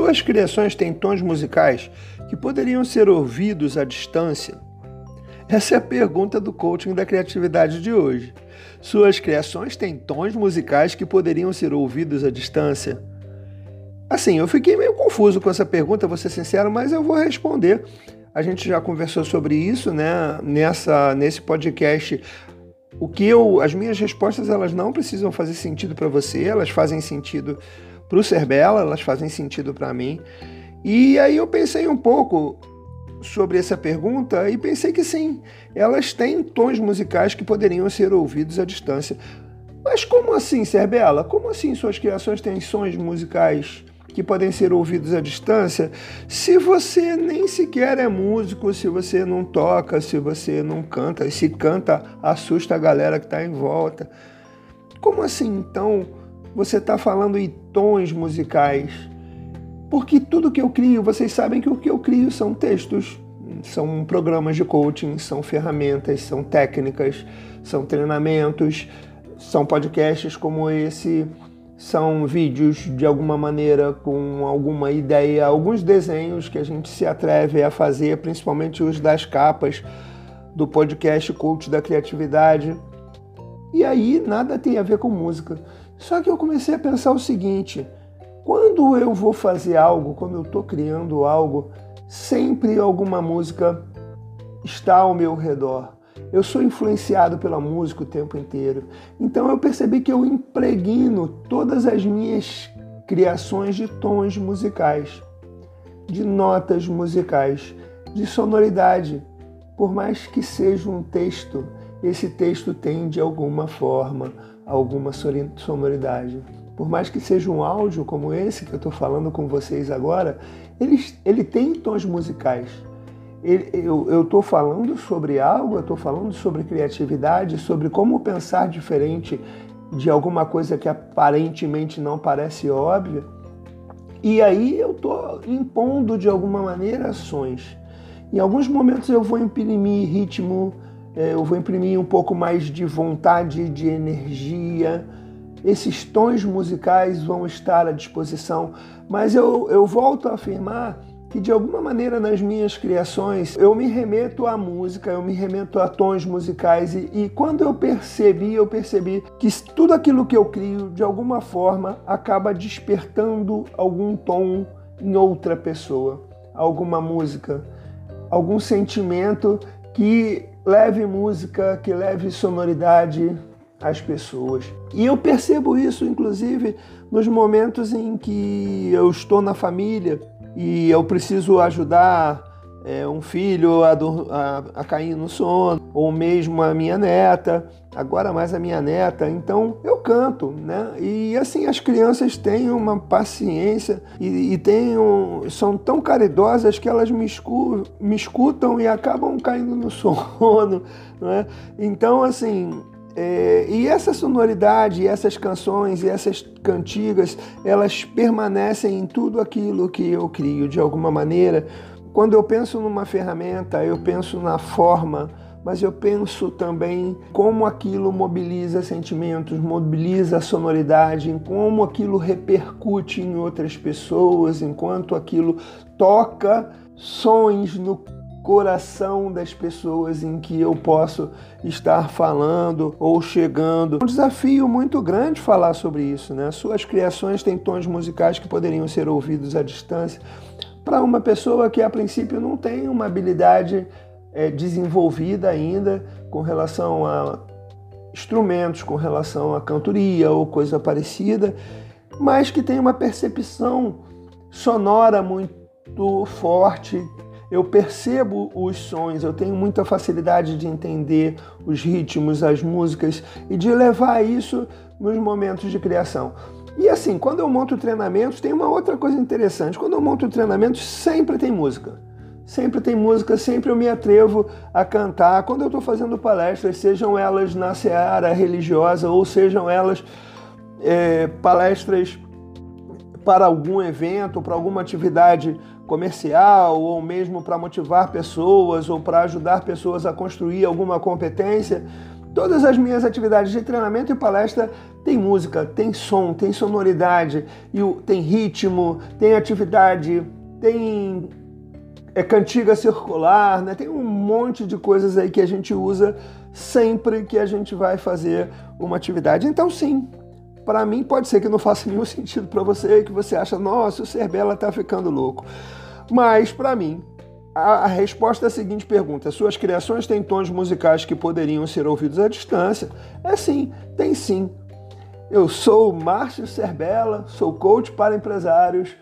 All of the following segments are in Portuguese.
Suas criações têm tons musicais que poderiam ser ouvidos à distância? Essa é a pergunta do coaching da criatividade de hoje. Suas criações têm tons musicais que poderiam ser ouvidos à distância? Assim, eu fiquei meio confuso com essa pergunta, vou ser sincero, mas eu vou responder. A gente já conversou sobre isso, né? Nesse podcast. As minhas respostas, elas não precisam fazer sentido para você, elas fazem sentido para o Cerbela, elas fazem sentido para mim. E aí eu pensei um pouco sobre essa pergunta e pensei que sim, elas têm tons musicais que poderiam ser ouvidos à distância. Mas como assim, Cerbela? Como assim suas criações têm sons musicais que podem ser ouvidos à distância? Se você nem sequer é músico, se você não toca, se você não canta, e se canta, assusta a galera que está em volta. Como assim, então, você está falando em tons musicais? Porque tudo que eu crio, vocês sabem que o que eu crio são textos, são programas de coaching, são ferramentas, são técnicas, são treinamentos, são podcasts como esse, são vídeos de alguma maneira com alguma ideia, alguns desenhos que a gente se atreve a fazer, principalmente os das capas do podcast Coach da Criatividade. E aí nada tem a ver com música. Só que eu comecei a pensar o seguinte: quando eu vou fazer algo, quando eu estou criando algo, sempre alguma música está ao meu redor. Eu sou influenciado pela música o tempo inteiro. Então eu percebi que eu impregno todas as minhas criações de tons musicais, de notas musicais, de sonoridade. Por mais que seja um texto, esse texto tem de alguma forma alguma sonoridade. Por mais que seja um áudio como esse que eu estou falando com vocês agora, ele tem tons musicais. Eu estou falando sobre algo, eu estou falando sobre criatividade, sobre como pensar diferente de alguma coisa que aparentemente não parece óbvia. E aí eu estou impondo de alguma maneira ações. Em alguns momentos eu vou imprimir ritmo, eu vou imprimir um pouco mais de vontade, de energia. Esses tons musicais vão estar à disposição, mas eu volto a afirmar que de alguma maneira nas minhas criações eu me remeto à música, eu me remeto a tons musicais e quando eu percebi que tudo aquilo que eu crio de alguma forma acaba despertando algum tom em outra pessoa, alguma música, algum sentimento que leve música, que leve sonoridade às pessoas. E eu percebo isso, inclusive, nos momentos em que eu estou na família e eu preciso ajudar um filho a cair no sono, ou mesmo a minha neta, agora mais a minha neta, então eu canto, né? E assim, as crianças têm uma paciência e são tão caridosas que elas me escutam e acabam caindo no sono, né? Então, assim, e essa sonoridade, essas canções e essas cantigas, elas permanecem em tudo aquilo que eu crio de alguma maneira. Quando eu penso numa ferramenta, eu penso na forma, mas eu penso também como aquilo mobiliza sentimentos, mobiliza a sonoridade, em como aquilo repercute em outras pessoas, enquanto aquilo toca sons no coração das pessoas em que eu posso estar falando ou chegando. É um desafio muito grande falar sobre isso, né? Suas criações têm tons musicais que poderiam ser ouvidos à distância para uma pessoa que a princípio não tem uma habilidade desenvolvida ainda com relação a instrumentos, com relação a cantoria ou coisa parecida, mas que tem uma percepção sonora muito forte. Eu percebo os sons, eu tenho muita facilidade de entender os ritmos, as músicas e de levar isso nos momentos de criação. E assim, quando eu monto treinamentos, tem uma outra coisa interessante. Quando eu monto treinamentos, sempre tem música. Sempre tem música, sempre eu me atrevo a cantar. Quando eu estou fazendo palestras, sejam elas na seara religiosa ou sejam elas palestras para algum evento, para alguma atividade comercial, ou mesmo para motivar pessoas ou para ajudar pessoas a construir alguma competência, Todas as minhas atividades de treinamento e palestra tem música, tem som, tem sonoridade, tem ritmo, tem atividade, tem cantiga circular, né? Tem um monte de coisas aí que a gente usa sempre que a gente vai fazer uma atividade. Então, sim, para mim pode ser que não faça nenhum sentido para você, que você acha, nossa, o Cerbela tá ficando louco. Mas, para mim, a resposta à seguinte pergunta: suas criações têm tons musicais que poderiam ser ouvidos à distância? É sim, tem sim. Eu sou o Márcio Cerbela, sou coach para empresários,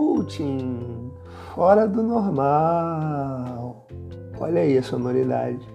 coaching fora do normal. Olha aí a sonoridade.